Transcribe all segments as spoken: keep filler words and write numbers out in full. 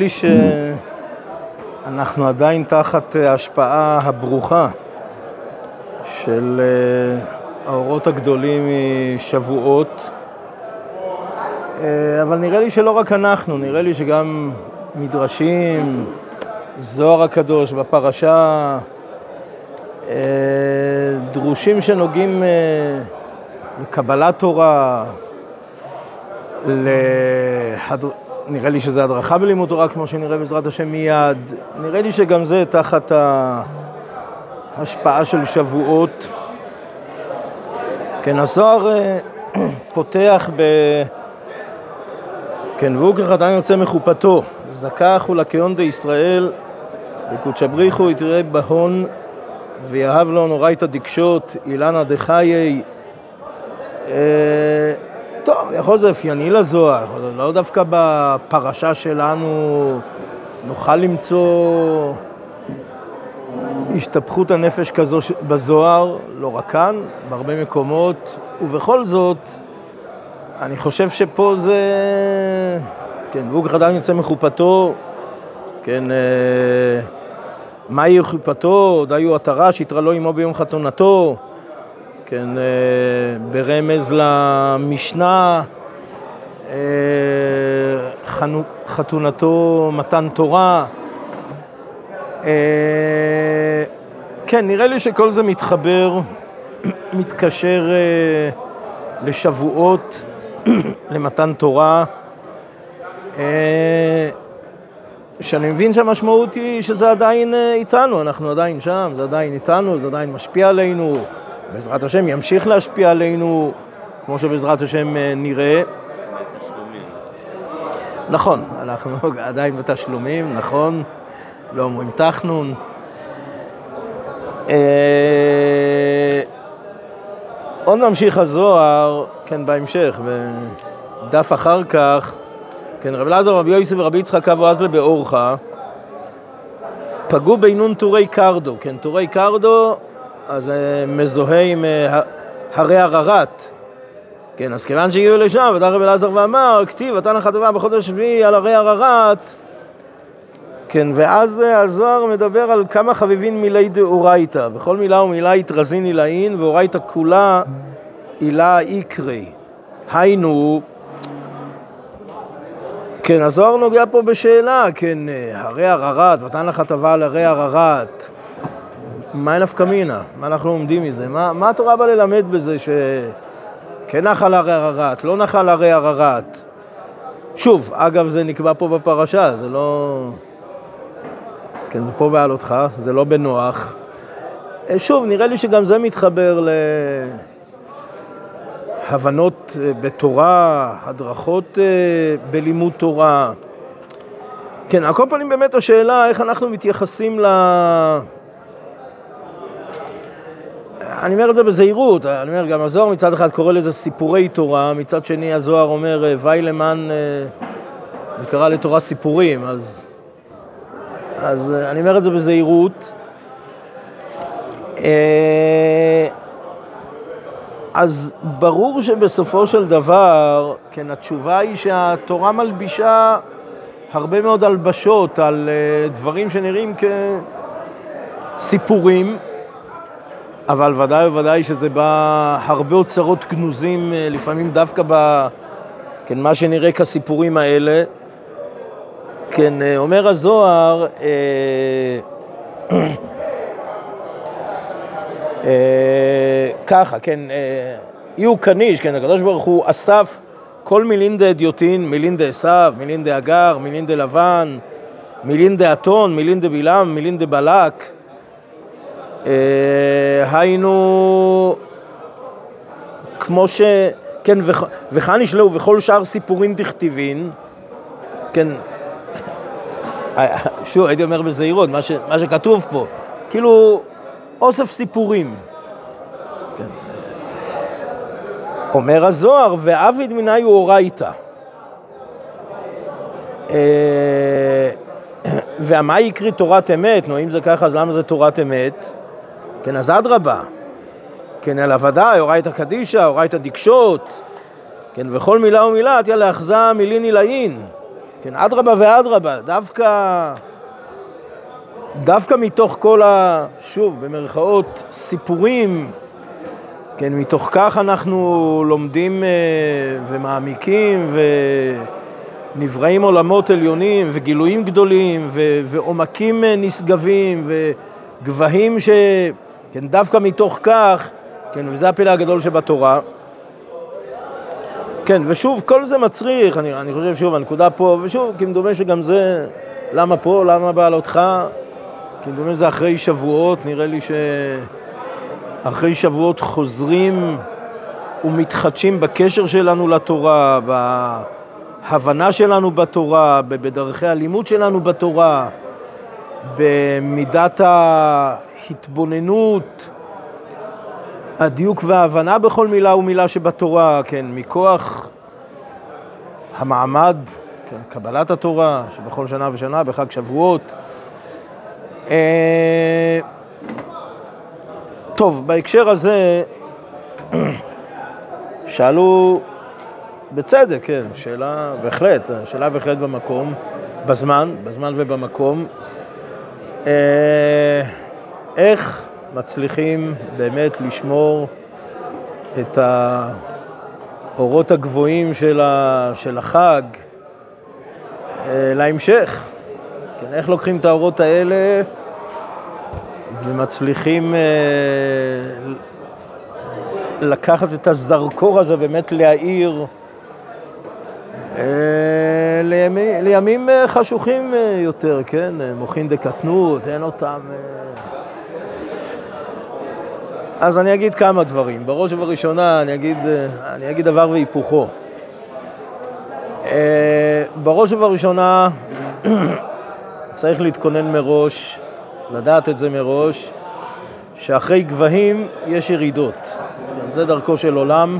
לי שאנחנו עדיין תחת ההשפעה הברוכה של האורות הגדולים משבועות, אבל נראה לי שלא רק אנחנו, נראה לי שגם מדרשים, זוהר הקדוש בפרשה, דרושים שנוגעים לקבלת תורה, להד... נראה לי שזה הדרכה בלימוד תורה, כמו שנראה בעזרת השם מיד. נראה לי שגם זה תחת ההשפעה של שבועות. כן, הזוהר פותח ב... כן, והוא כחתן יוצא מחופתו, זכך ולקיון די ישראל, וקודשא בריחו יתראה בהון, ויאהב לו נורייתא דקשות, אילנה דחיי. טוב, יכול זה אופייני לזוהר, לא דווקא בפרשה שלנו נוכל למצוא השתפכות הנפש כזו בזוהר, לא רק כאן, בהרבה מקומות, ובכל זאת, אני חושב שפה זה, כן, והוא כחתן יוצא מחופתו, כן, מהי חופתו, דיו התרה שיתרא לו עמו ביום חתונתו, כן, ברמז למשנה, חתונתו מתן תורה. כן, נראה לי שכל זה מתחבר, מתקשר לשבועות, למתן תורה, שאני מבין שהמשמעות היא שזה עדיין איתנו, אנחנו עדיין שם, זה עדיין איתנו, זה עדיין משפיע עלינו, בעזרת השם ימשיך להשפיע עלינו, כמו שבעזרת השם נראה. נכון, אנחנו עדיין בתשלומים, נכון, לא אומרים תחנון. עוד ממשיך הזוהר, כן, בהמשך, בדף אחר כך, כן, רבי אלעזר, רבי יוסף ורבי יצחק אבו עזלה באורחה, פגעו בינון טורי קרדו, כן, טורי קרדו, אז מזוהה עם הרי הררת, כן, אז כיוון שהגיעו לשם, ודאי רבי אלעזר ואמר, כתיב, אתה נחתבה בחודש שביעי על הרי הררת, כן, ואז הזוהר מדבר על כמה חביבין מילי דאורייתא, בכל מילה ומילה יתרזין עילאין, ואורייתא כולה עילה איקרי. היינו, כן, הזוהר נוגע פה בשאלה, כן, הרי הררת, ותן לך טבע על הרי הררת, מה נפקא מינה? מה אנחנו עומדים מזה? מה, מה התורה בא ללמד בזה שכן נחל הרי הררת, לא נחל הרי הררת? שוב, אגב, זה נקבע פה בפרשה, זה לא... כן, זה פה בעלותך, זה לא בנוח. שוב, נראה לי שגם זה מתחבר להבנות בתורה, הדרכות בלימוד תורה. כן, על כל פנים באמת השאלה, איך אנחנו מתייחסים ל... אני אומר את זה בזהירות, אני אומר, גם הזוהר מצד אחד קורא לזה סיפורי תורה, מצד שני הזוהר אומר, ואי למען, נקרא לתורה סיפורים, אז... אז אני אומר את זה בזהירות. אז ברור שבסופו של דבר, כן, התשובה היא שהתורה מלבישה הרבה מאוד הלבשות על דברים שנראים כסיפורים, אבל ודאי וודאי שזה בא הרבה אוצרות גנוזים, לפעמים דווקא ב, כן, מה שנראה כסיפורים האלה. כן, אומר הזוהר, אה, אה, ככה, כן, אה, יהיו קניש, כן, הקדוש ברוך הוא אסף כל מילין דה אדיוטין, מילין דה עשיו, מילין דה אגר, מילין דה לבן, מילין דה אתון, מילין דה בלעם, מילין דה בלק, אה, היינו, כמו ש... כן, וכאן ישלו, וכל שאר סיפורים דכתיבין, כן, שוב, הייתי אומר בזהירות, מה, ש, מה שכתוב פה, כאילו אוסף סיפורים. כן. אומר הזוהר, ועביד מנהי הוא אורייתא. ומה יקרי תורת אמת? נו, אם זה ככה, אז למה זה תורת אמת? כן, אז אדרבה. כן, אלא ודאי, אורייתא קדישא, אורייתא דקשות. כן, וכל מילה ומילה, תהיה לאחזה מילין עילאין. כן, אדרבה ואדרבה, דווקא, דווקא מתוך כל ה... שוב, במרכאות, סיפורים, כן, מתוך כך אנחנו לומדים ומעמיקים ונבראים עולמות עליונים וגילויים גדולים ו... ועומקים נשגבים וגבהים ש... כן, דווקא מתוך כך, כן, וזה הפלא הגדול שבתורה. כן, ושוב, כל זה מצריך, אני, אני חושב שוב, הנקודה פה, ושוב, כמדומה שגם זה, למה פה, למה בעלותך, כמדומה זה אחרי שבועות, נראה לי שאחרי שבועות חוזרים ומתחדשים בקשר שלנו לתורה, בהבנה שלנו בתורה, בדרכי הלימוד שלנו בתורה, במידת ההתבוננות, הדיוק וההבנה בכל מילה ומילה שבתורה, כן, מכוח המעמד, כן, קבלת התורה, שבכל שנה ושנה, בחג שבועות. אה, טוב, בהקשר הזה, שאלו בצדק, כן, שאלה בהחלט, שאלה בהחלט במקום, בזמן, בזמן ובמקום. אה, איך מצליחים באמת לשמור את האורות הגבוהים של, ה, של החג להמשך? כן, איך לוקחים את האורות האלה ומצליחים לקחת את הזרקור הזה, באמת להאיר לימים, לימים חשוכים יותר, כן? מוחין דקטנות, אין אותם... אז אני אגיד כמה דברים. בראש ובראשונה אני אגיד, אני אגיד דבר והיפוכו. בראש ובראשונה צריך להתכונן מראש, לדעת את זה מראש, שאחרי גבהים יש ירידות. זה דרכו של עולם.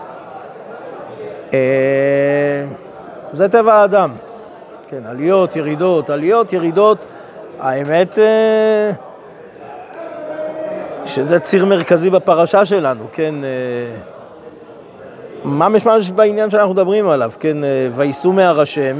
זה טבע האדם. כן, עליות, ירידות, עליות, ירידות. האמת... שזה ציר מרכזי בפרשה שלנו, כן, מה משמש בעניין שאנחנו מדברים עליו, כן, וייסעו מהר השם,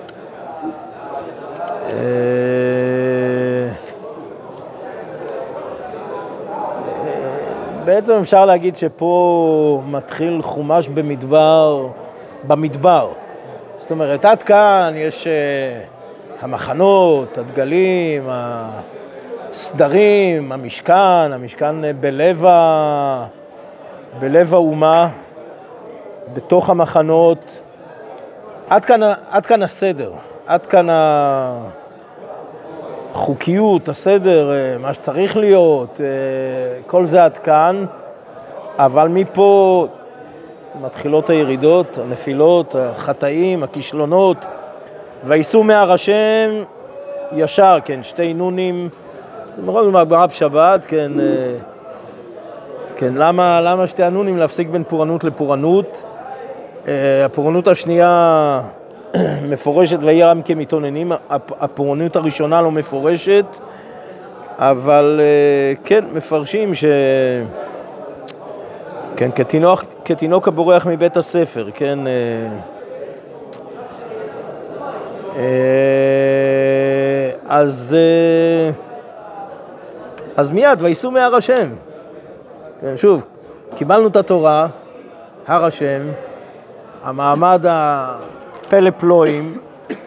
בעצם אפשר להגיד שפה מתחיל חומש במדבר, במדבר, זאת אומרת, עד כאן יש המחנות, הדגלים, ה... סדרים, המשכן, המשכן בלב, ה... בלב האומה, בתוך המחנות, עד כאן, עד כאן הסדר, עד כאן החוקיות, הסדר, מה שצריך להיות, כל זה עד כאן, אבל מפה מתחילות הירידות, הנפילות, החטאים, הכישלונות, וייסעו מהר השם ישר, כן, שתי נונים, מאוד מהגמרא בשבת, כן, כן, למה, למה שתי הנונים להפסיק בין פורענות לפורענות? הפורענות השנייה מפורשת וירם כמתאוננים, הפורענות הראשונה לא מפורשת, אבל כן, מפרשים ש... כן, כתינוק, כתינוק הבורח מבית הספר, כן, אז... אז מיד, וייסעו מהר השם. כן, שוב, קיבלנו את התורה, הר השם, המעמד הפלא פלואים,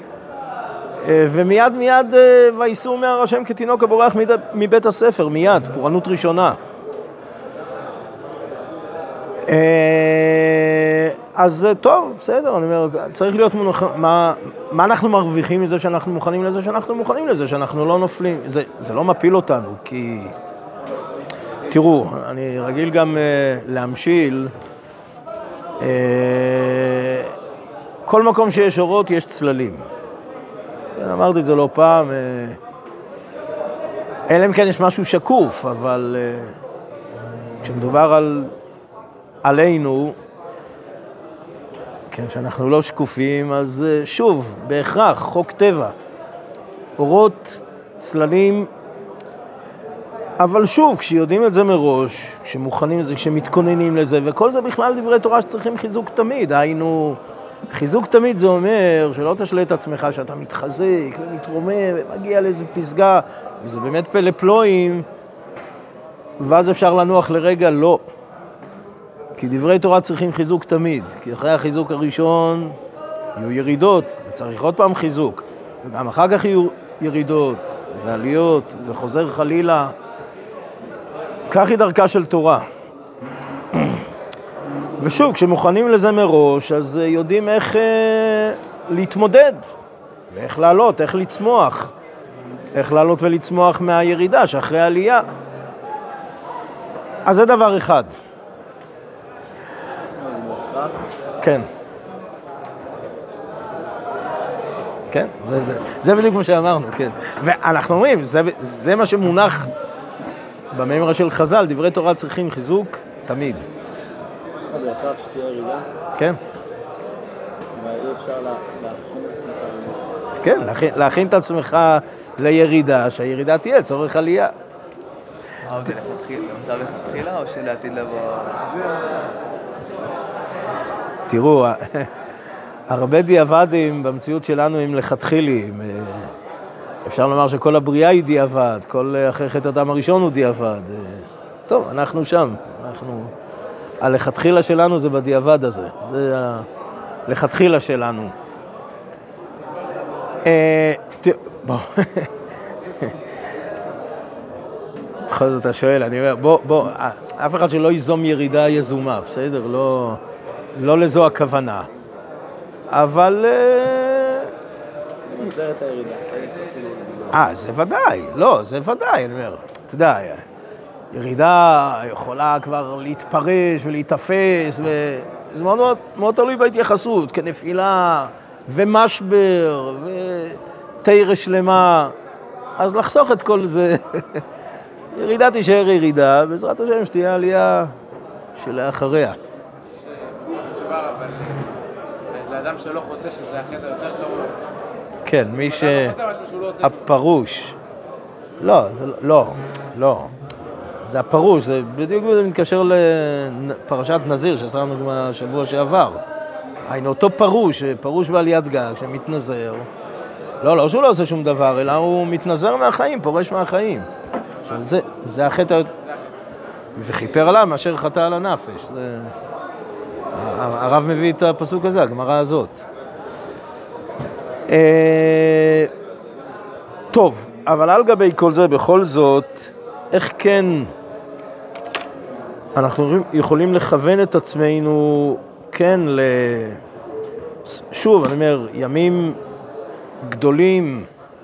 ומיד מיד וייסעו מהר השם כתינוק הבורח מבית הספר, מיד, פורענות ראשונה. אז טוב, בסדר, אני אומר, צריך להיות מונח... מה, מה אנחנו מרוויחים מזה שאנחנו מוכנים לזה, שאנחנו מוכנים לזה, שאנחנו לא נופלים. זה, זה לא מפיל אותנו, כי... תראו, אני רגיל גם uh, להמשיל. Uh, כל מקום שיש אורות יש צללים. אמרתי את זה לא פעם. Uh, אלא אם כן יש משהו שקוף, אבל uh, כשמדובר על... עלינו, כן, שאנחנו לא שקופים, אז שוב, בהכרח, חוק טבע, אורות, צללים, אבל שוב, כשיודעים את זה מראש, כשמוכנים לזה, כשמתכוננים לזה, וכל זה בכלל דברי תורה שצריכים חיזוק תמיד, היינו חיזוק תמיד זה אומר שלא תשלה את עצמך שאתה מתחזק ומתרומם ומגיע לאיזו פסגה, וזה באמת פלא פלואים, ואז אפשר לנוח לרגע, לא. כי דברי תורה צריכים חיזוק תמיד, כי אחרי החיזוק הראשון יהיו ירידות, וצריך עוד פעם חיזוק, וגם אחר כך יהיו ירידות ועליות, וחוזר חלילה. כך היא דרכה של תורה. ושוב, כשמוכנים לזה מראש, אז יודעים איך אה, להתמודד, ואיך לעלות, איך לצמוח, איך לעלות ולצמוח מהירידה שאחרי העלייה. אז זה דבר אחד. כן. כן, זה, זה, זה בדיוק מה שאמרנו, כן. ואנחנו אומרים, זה, זה מה שמונח במאמר של חז"ל, דברי תורה צריכים חיזוק תמיד. זה הכרח שתהיה ירידה? כן. ואי אפשר להכין את עצמך? כן, להכין, להכין את עצמך לירידה, שהירידה תהיה צורך עלייה. אבל זה לכתחילה או שלעתיד לבוא? תראו, הרבה דיעבדים במציאות שלנו הם לכתחילים. אפשר לומר שכל הבריאה היא דיעבד, כל אחרי חטא אדם הראשון הוא דיעבד. טוב, אנחנו שם, אנחנו... הלכתחילה שלנו זה בדיעבד הזה, זה הלכתחילה שלנו. בוא, בכל זאת אתה שואל, אני אומר, בוא, בוא, אף אחד שלא ייזום ירידה יזומה, בסדר? לא, לא לזו הכוונה. אבל... נעזר את הירידה. אה, זה ודאי, לא, זה ודאי, אני אומר, אתה יודע, ירידה יכולה כבר להתפרש ולהתאפס, וזה מאוד, מאוד, מאוד תלוי בהתייחסות, כנפילה ומשבר ותירה שלמה, אז לחסוך את כל זה. ירידה תישאר ירידה, בעזרת השם שתהיה עלייה שלאחריה. תשובה רבה, לאדם שלא חוטא שזה החטא יותר חמור. כן, מי ש... אדם לא חוטא משהו שהוא לא עושה. הפרוש. לא, זה לא, לא. זה הפרוש, זה בדיוק מתקשר לפרשת נזיר שעשינו גם השבוע שעבר. היינו אותו פרוש, פרוש בעליית גג, שמתנזר. לא, לא שהוא לא עושה שום דבר, אלא הוא מתנזר מהחיים, פורש מהחיים. עכשיו זה, זה החטא, וכיפר עליו מאשר חטא על הנפש. זה... הרב מביא את הפסוק הזה, הגמרא הזאת. טוב, אבל על גבי כל זה, בכל זאת, איך כן אנחנו יכולים לכוון את עצמנו, כן, ל... שוב, אני אומר, ימים גדולים,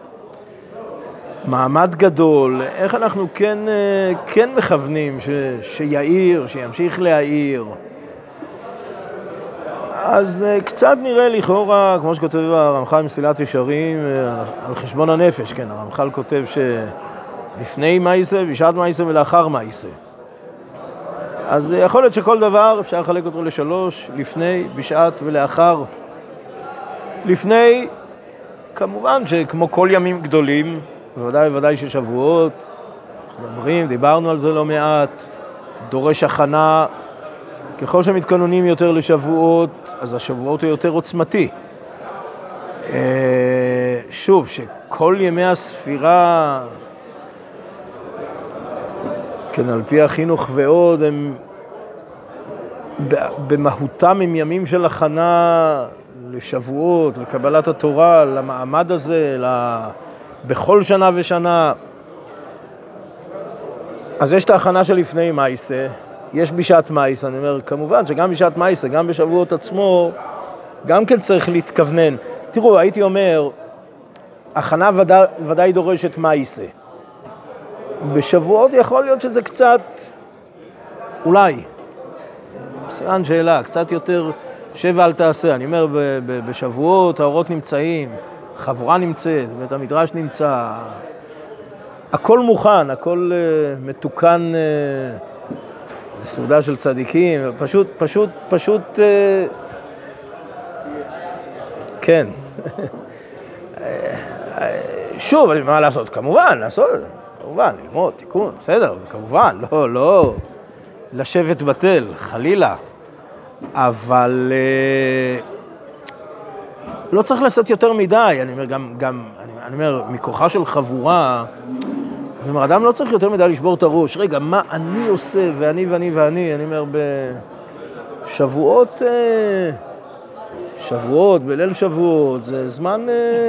מעמד גדול, איך אנחנו כן, כן מכוונים ש... שיעיר, שימשיך להעיר. אז קצת נראה לכאורה, כמו שכותב הרמח"ל מסילת ישרים, על חשבון הנפש, כן, הרמח"ל כותב שלפני מייסה, בשעת מייסה ולאחר מייסה. אז יכול להיות שכל דבר אפשר לחלק אותו לשלוש, לפני, בשעת ולאחר. לפני, כמובן שכמו כל ימים גדולים, בוודאי ובוודאי ששבועות, אנחנו מדברים, דיברנו על זה לא מעט, דורש הכנה, ככל שמתכוננים יותר לשבועות, אז השבועות הוא יותר עוצמתי. שוב, שכל ימי הספירה, כן, על פי החינוך ועוד, הם במהותם הם ימים של הכנה לשבועות, לקבלת התורה, למעמד הזה, בכל שנה ושנה. אז יש את ההכנה של לפני מייסה, יש בשעת מייסה, אני אומר, כמובן שגם בשעת מייסה, גם בשבועות עצמו, גם כן צריך להתכוונן. תראו, הייתי אומר, הכנה ודאי, ודאי דורשת מייסה. בשבועות יכול להיות שזה קצת, אולי, סימן שאלה, קצת יותר שבע אל תעשה. אני אומר, בשבועות האורות נמצאים, חבורה נמצאת, בית המדרש נמצא, הכל מוכן, הכל uh, מתוקן uh, לסעודה של צדיקים, פשוט, פשוט, פשוט, uh, כן. שוב, מה לעשות? כמובן, לעשות, כמובן, ללמוד, תיקון, בסדר, כמובן, לא, לא, לשבת בטל, חלילה. אבל uh, לא צריך לעשות יותר מדי, אני אומר, גם, גם, אני, אני אומר, מכוחה של חבורה, אני אומר, אדם לא צריך יותר מדי לשבור את הראש. רגע, מה אני עושה, ואני ואני ואני, אני אומר, בשבועות, שבועות, בליל שבועות, זה זמן,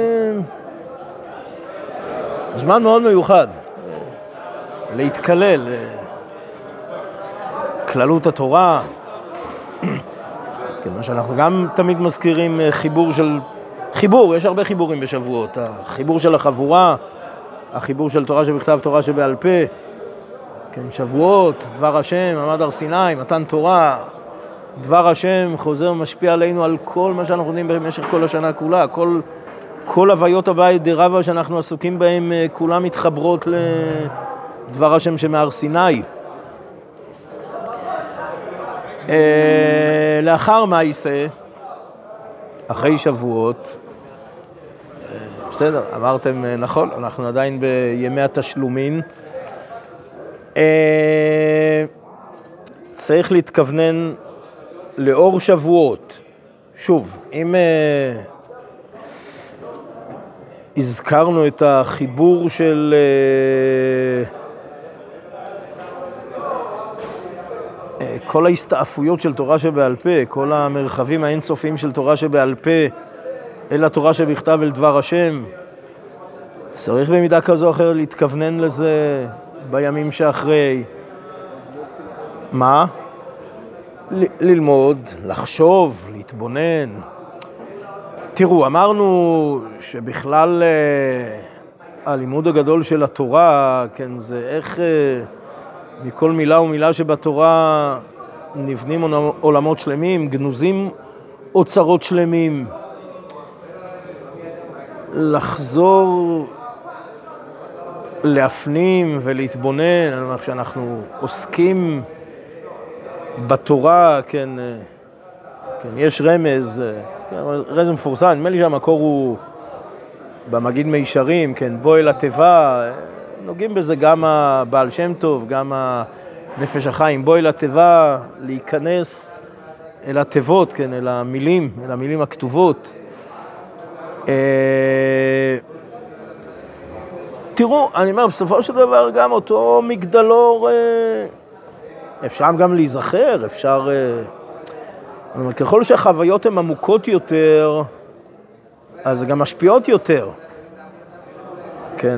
זמן מאוד מיוחד, להתקלל, כללות התורה, כן, מה שאנחנו גם תמיד מזכירים חיבור של, חיבור, יש הרבה חיבורים בשבועות, החיבור של החבורה, החיבור של תורה שבכתב, תורה שבעל פה, כן, שבועות, דבר השם, מעמד הר סיני, מתן תורה, דבר השם חוזר ומשפיע עלינו על כל מה שאנחנו יודעים במשך כל השנה כולה, כל, כל הוויות הבית דרבה שאנחנו עסוקים בהם, כולם מתחברות לדבר השם שמהר סיני. לאחר מה יישא, אחרי שבועות, בסדר, אמרתם נכון, אנחנו עדיין בימי התשלומין, צריך להתכוונן לאור שבועות. שוב, אם הזכרנו את החיבור של כל ההסתעפויות של תורה שבעל פה, כל המרחבים האינסופיים של תורה שבעל פה, אל התורה שבכתב אל דבר השם, צריך במידה כזו או אחר להתכוונן לזה בימים שאחרי. מה? ל- ללמוד, לחשוב, להתבונן. תראו, אמרנו שבכלל הלימוד הגדול של התורה, כן, זה איך מכל מילה ומילה שבתורה נבנים עולמות שלמים, גנוזים אוצרות שלמים. לחזור, להפנים ולהתבונן, כשאנחנו עוסקים בתורה, כן, כן, יש רמז, כן, רמז מפורסם, נדמה לי שהמקור הוא במגיד מישרים, כן, בוא אל התיבה, נוגעים בזה גם הבעל שם טוב, גם הנפש החיים, בוא אל התיבה, להיכנס אל התיבות, כן, אל המילים, אל המילים הכתובות. תראו, אני אומר, בסופו של דבר גם אותו מגדלור, אפשר גם להיזכר, אפשר, ככל שהחוויות הן עמוקות יותר, אז זה גם משפיעות יותר. כן,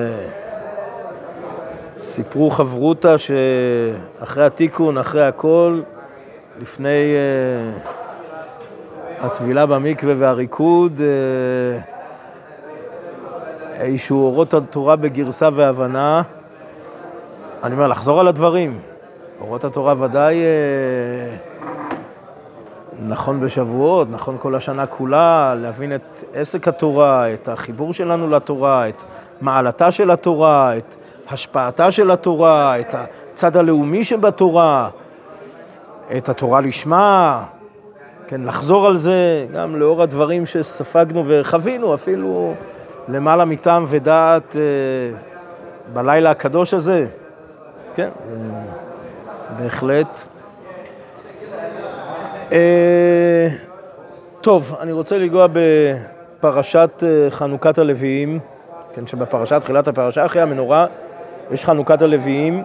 סיפרו חברותה שאחרי התיקון, אחרי הכל, לפני הטבילה במקווה והריקוד, איזשהו אורות התורה בגרסה והבנה. אני אומר, לחזור על הדברים. אורות התורה ודאי נכון בשבועות, נכון כל השנה כולה, להבין את עסק התורה, את החיבור שלנו לתורה, את מעלתה של התורה, את השפעתה של התורה, את הצד הלאומי שבתורה, את התורה לשמה, כן, לחזור על זה גם לאור הדברים שספגנו וחווינו, אפילו למעלה מטעם ודעת אה, בלילה הקדוש הזה. כן, אה, בהחלט. אה, טוב, אני רוצה לגוע בפרשת אה, חנוכת הלוויים, כן, שבפרשת, תחילת הפרשה, אחרי המנורה, יש חנוכת הלוויים.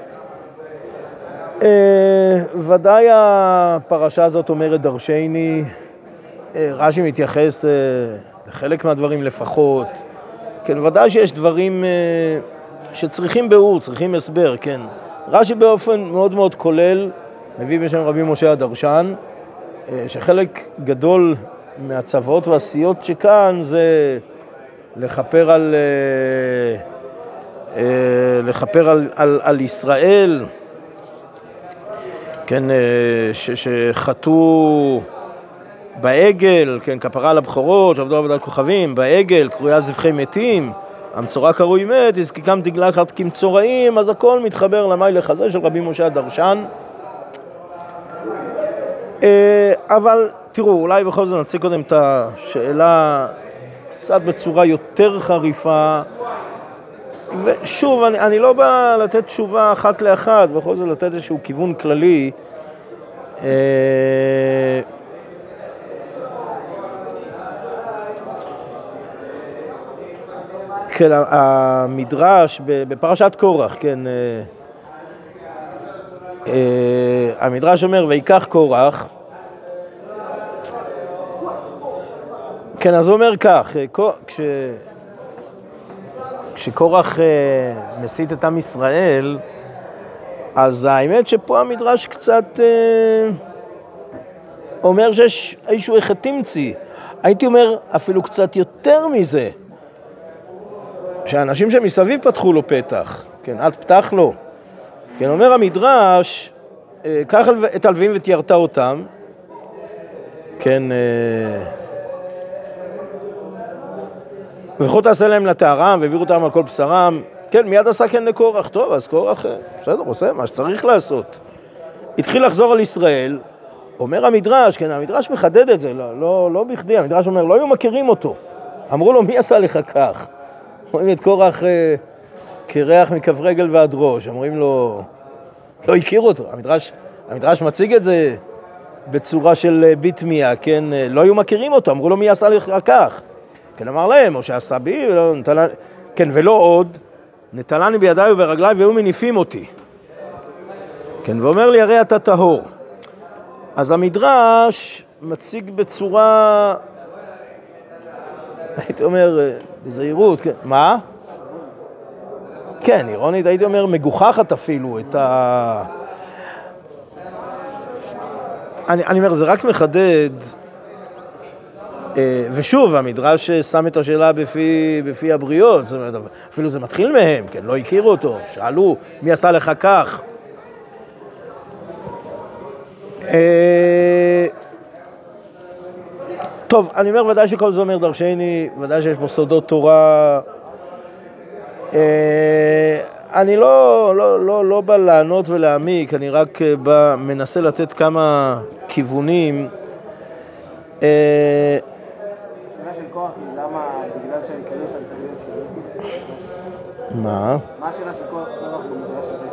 Uh, ודאי הפרשה הזאת אומרת דרשני, uh, רש"י מתייחס uh, לחלק מהדברים לפחות, כן, ודאי שיש דברים uh, שצריכים ביאור, צריכים הסבר, כן. רש"י באופן מאוד מאוד כולל, מביא בשם רבי משה הדרשן, uh, שחלק גדול מהצוואות והעשיות שכאן זה לחפר על, uh, uh, לחפר על, על, על ישראל, כן, ש, שחטאו בעגל, כן, כפרה על הבכורות, שעבדו עבודת כוכבים, בעגל, קרויה זבחי מתים, המצורע קרוי מת, הזקיקם תגלחת כמצורעים, אז הכל מתחבר למילך הזה של רבי משה הדרשן. אבל תראו, אולי בכל זאת נציג קודם את השאלה קצת בצורה יותר חריפה, ושוב, אני, אני לא בא לתת תשובה אחת לאחת, בכל זאת לתת איזשהו כיוון כללי. כן, המדרש בפרשת קורח, כן, המדרש אומר, ויקח קורח, כן, אז הוא אומר כך, כש... כשקורח מסית את עם ישראל, אז האמת שפה המדרש קצת אומר שיש איזשהו אחד תמצי. הייתי אומר אפילו קצת יותר מזה, שהאנשים שמסביב פתחו לו פתח, כן, אל פתח לו. כן, אומר המדרש, קח את הלוויים ותיארת אותם, כן, וכו תעשה להם לטהרם והעביר אותם על כל בשרם, כן, מיד עשה כן לקורח, טוב, אז קורח, בסדר, עושה מה שצריך לעשות. התחיל לחזור על ישראל, אומר המדרש, כן, המדרש מחדד את זה, לא, לא, לא בכדי, המדרש אומר, לא היו מכירים אותו. אמרו לו, מי עשה לך כך? אומרים את קורח אה, כריח מכף רגל ועד ראש, אומרים לו, לא הכיר אותו. המדרש, המדרש מציג את זה בצורה של ביטמיה, כן, לא היו מכירים אותו, אמרו לו, מי עשה לך כך? כן, אמר להם, או שעשה בי, ולא, נטלה, כן, ולא עוד, נטלני בידיי וברגליי והיו מניפים אותי. כן, ואומר לי, הרי אתה טהור. אז המדרש מציג בצורה, הייתי אומר, בזהירות, כן, מה? כן, אירונית, הייתי אומר, מגוחכת אפילו את ה... אני, אני אומר, זה רק מחדד, ושוב, המדרש שם את השאלה בפי, בפי הבריות, זאת אומרת, אפילו זה מתחיל מהם, כן, לא הכירו אותו, שאלו, מי עשה לך כך? טוב, אני אומר, ודאי שכל זה אומר דרשני, ודאי שיש פה סודות תורה. אני לא, לא, לא, לא בא לענות ולהעמיק, אני רק בא, מנסה לתת כמה כיוונים. השאלה של כוח היא למה, בגלל שאני קריא שאני צריך להיות שלי? מה? מה השאלה של כוח במדרש הזה?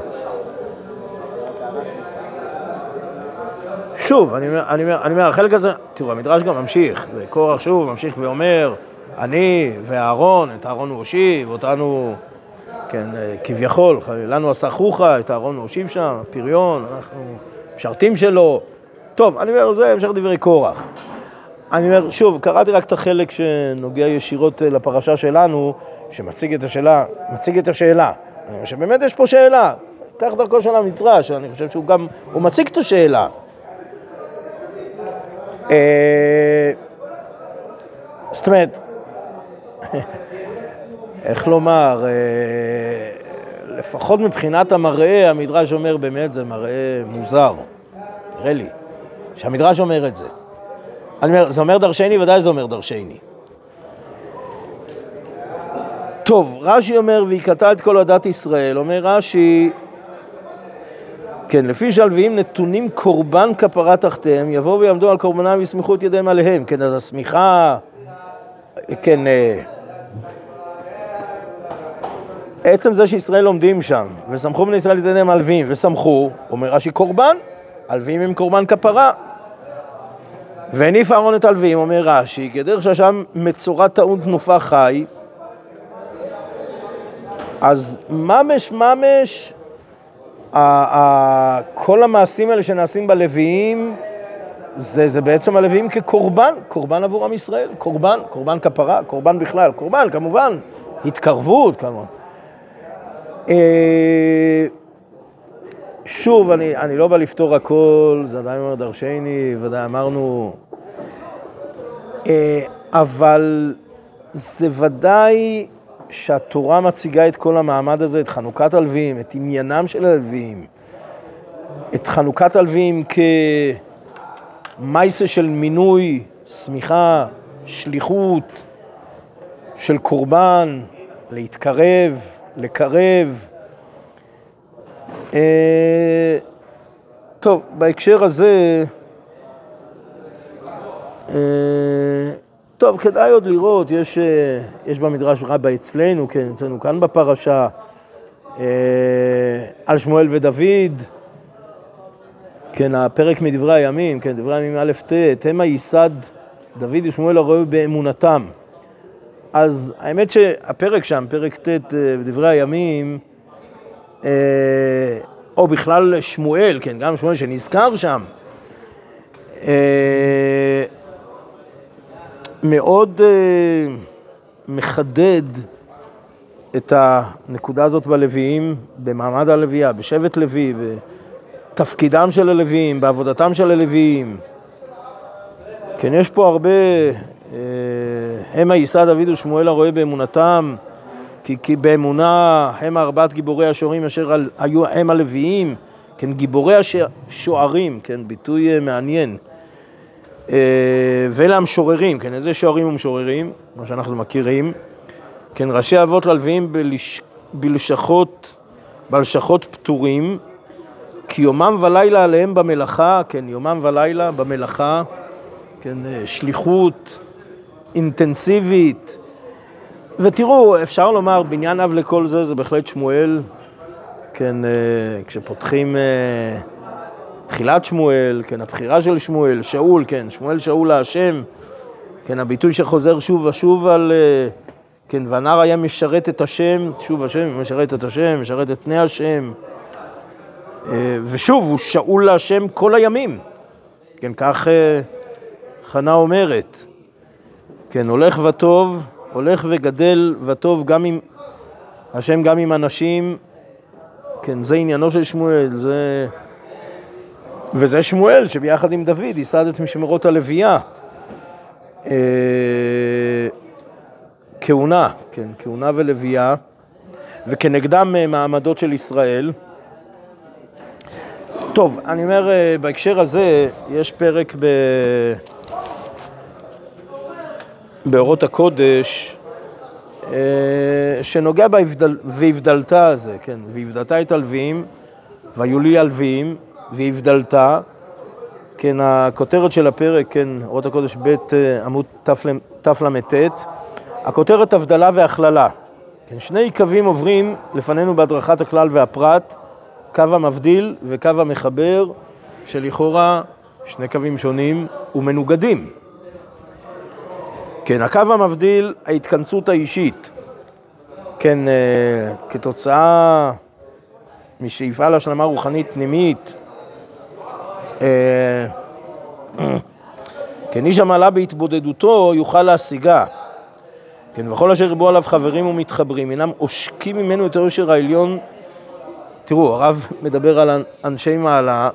שוב, אני אומר, אני אומר, אני אומר, החלק הזה, תראו, המדרש גם ממשיך, וקורח שוב ממשיך ואומר, אני ואהרון, את אהרון הוא הושיב, אותנו, כן, כביכול, לנו עשה חוכה, את אהרון הוא הושיב שם, פריון, אנחנו משרתים שלו. טוב, אני אומר, זה המשך דברי קורח. אני אומר, שוב, קראתי רק את החלק שנוגע ישירות לפרשה שלנו, שמציג את השאלה, מציג את השאלה. אני אומר שבאמת יש פה שאלה, כך דרכו של המדרש, אני חושב שהוא גם, הוא מציג את השאלה. זאת אומרת, איך לומר, לפחות מבחינת המראה, המדרש אומר באמת זה מראה מוזר, נראה לי, שהמדרש אומר את זה. אני אומר, זה אומר דרשני, ודאי זה אומר דרשני. טוב, רש"י אומר, ויקטע את כל עדת ישראל, אומר רש"י, כן, לפי שהלוויים נתונים קורבן כפרה תחתיהם, יבואו ויעמדו על קורבנם ויסמכו את ידיהם עליהם. כן, אז הסמיכה, כן, עצם זה שישראל עומדים שם, וסמכו בני ישראל את ידיהם הלוויים, וסמכו, אומר רש"י קורבן, הלוויים הם קורבן כפרה. והניף אהרון את הלוויים, אומר רש"י, כדרך שהשם מצורע טעון תנופה חי, אז ממש ממש, כל המעשים האלה שנעשים בלוויים, זה, זה בעצם הלוויים כקורבן, קורבן עבור עם ישראל, קורבן, קורבן כפרה, קורבן בכלל, קורבן, כמובן, התקרבות, כמובן. שוב, אני, אני לא בא לפתור הכל, זה עדיין אומר דרשני, ודאי אמרנו, אבל זה ודאי שהתורה מציגה את כל המעמד הזה, את חנוכת הלוויים, את עניינם של הלוויים, את חנוכת הלוויים כמייסה של מינוי, סמיכה, שליחות, של קורבן, להתקרב, לקרב. אה, טוב, בהקשר הזה, אה, טוב, כדאי עוד לראות, יש, יש במדרש רבה אצלנו, כן, אצלנו כאן בפרשה, אה, על שמואל ודוד, כן, הפרק מדברי הימים, כן, דברי הימים א' ט', המה ייסד דוד ושמואל הראו באמונתם. אז האמת שהפרק שם, פרק ט' בדברי הימים, או בכלל שמואל, כן, גם שמואל שנזכר שם, מאוד מחדד את הנקודה הזאת בלוויים, במעמד הלוויה, בשבט לוי, בתפקידם של הלוויים, בעבודתם של הלוויים. כן, יש פה הרבה, הם יישא דוד ושמואל הרואה באמונתם, כי, כי באמונה הם ארבעת גיבורי השוערים אשר על, היו הם הלוויים, כן, גיבורי השוערים, כן, ביטוי מעניין. ואלה המשוררים, כן, איזה שוערים ומשוררים, מה שאנחנו מכירים, כן, ראשי אבות ללוויים בלש... בלשכות, בלשכות פטורים, כי יומם ולילה עליהם במלאכה, כן, יומם ולילה במלאכה, כן, שליחות אינטנסיבית. ותראו, אפשר לומר, בניין אב לכל זה, זה בהחלט שמואל, כן, כשפותחים תחילת שמואל, כן, הבחירה של שמואל, שאול, כן, שמואל שאול להשם, כן, הביטוי שחוזר שוב ושוב על, כן, והנער היה משרת את השם, שוב השם, משרת את השם, משרת את פני השם, ושוב, הוא שאול להשם כל הימים, כן, כך חנה אומרת, כן, הולך וטוב, הולך וגדל וטוב גם עם השם, גם עם אנשים, כן, זה עניינו של שמואל, זה... וזה שמואל שביחד עם דוד ייסד את משמרות הלוויה. אה... כהונה, כן, כהונה ולוויה, וכנגדם מעמדות של ישראל. טוב, אני אומר, בהקשר הזה, יש פרק ב... באורות הקודש, שנוגע בהבדל... והבדלתה הזה, כן, והבדלתה את הלוויים, והיו לי הלוויים, והבדלתה, כן, הכותרת של הפרק, כן, אורות הקודש ב' עמוד תפל"ט, הכותרת הבדלה והכללה. כן, שני קווים עוברים לפנינו בהדרכת הכלל והפרט, קו המבדיל וקו המחבר, שלכאורה שני קווים שונים ומנוגדים. כן, הקו המבדיל, ההתכנסות האישית, כן, כתוצאה משאיפה להשלמה רוחנית פנימית, כן, איש המעלה בהתבודדותו יוכל להשיגה, כן, וכל אשר ירבו עליו חברים ומתחברים, אינם עושקים ממנו את העושר העליון. תראו, הרב מדבר על אנשי מעלה,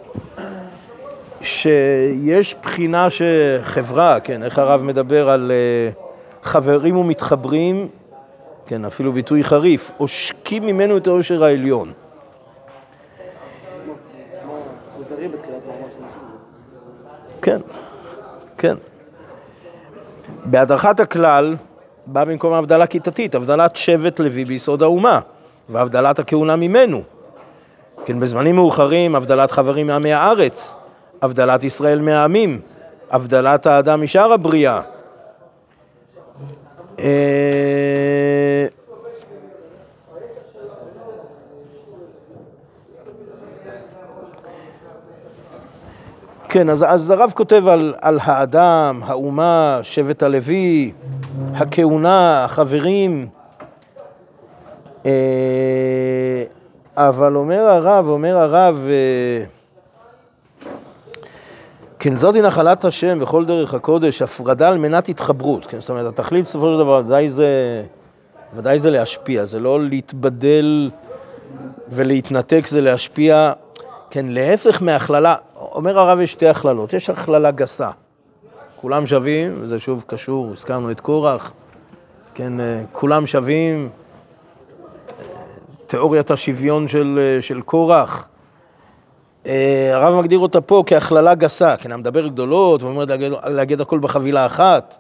שיש בחינה שחברה, כן, איך הרב מדבר על חברים ומתחברים, כן, אפילו ביטוי חריף, עושקים ממנו את העושר העליון. כן, כן. בהדרכת הכלל בא במקום ההבדלה כיתתית, הבדלת שבט לוי ביסוד האומה, והבדלת הכהונה ממנו. כן, בזמנים מאוחרים, הבדלת חברים מעמי הארץ, הבדלת ישראל מהעמים, הבדלת האדם משאר הבריאה. כן, אז, אז הרב כותב על, על האדם, האומה, שבט הלוי, הכהונה, החברים. אבל אומר הרב, אומר הרב, כן, זאת היא נחלת השם בכל דרך הקודש, הפרדה על מנת התחברות. כן, זאת אומרת, התכלית בסופו של דבר, ודאי זה, ודאי זה להשפיע, זה לא להתבדל ולהתנתק, זה להשפיע. כן, להפך מהכללה, אומר הרב יש שתי הכללות, יש הכללה גסה, כולם שווים, וזה שוב קשור, הזכרנו את קורח, כן, כולם שווים, תיאוריית השוויון של, של קורח, הרב מגדיר אותה פה כהכללה גסה, כן, המדבר גדולות, ואומר להגד, להגד הכל בחבילה אחת,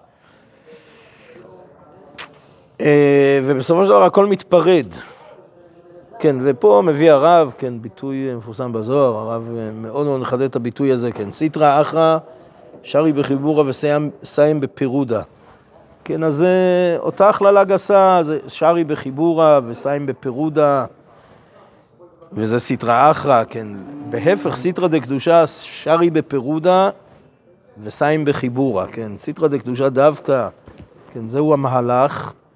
ובסופו של דבר הכל מתפרד, כן, ופה מביא הרב, כן, ביטוי מפורסם בזוהר, הרב מאוד מאוד מחדד את הביטוי הזה, כן, סיטרא אחרא, שרי בחיבורא וסיים בפירודה. כן, אז זה אותה הכללה גסה, זה שרי בחיבורא וסיים בפירודה, וזה סיטרא אחרא, כן, בהפך סיטרא דקדושה, שרי בפירודה וסיים בחיבורא, כן, סיטרא דקדושה דווקא, כן, זהו המהלך,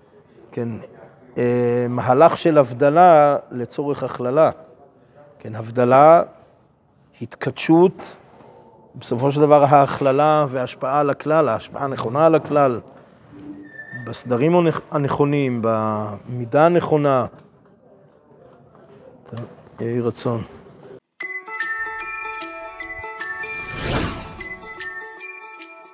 כן, אה, מהלך של הבדלה לצורך הכללה. כן, הבדלה, התקדשות, בסופו של דבר ההכללה וההשפעה על הכלל, ההשפעה הנכונה על הכלל, בסדרים הנכונים, במידה הנכונה. יהי רצון.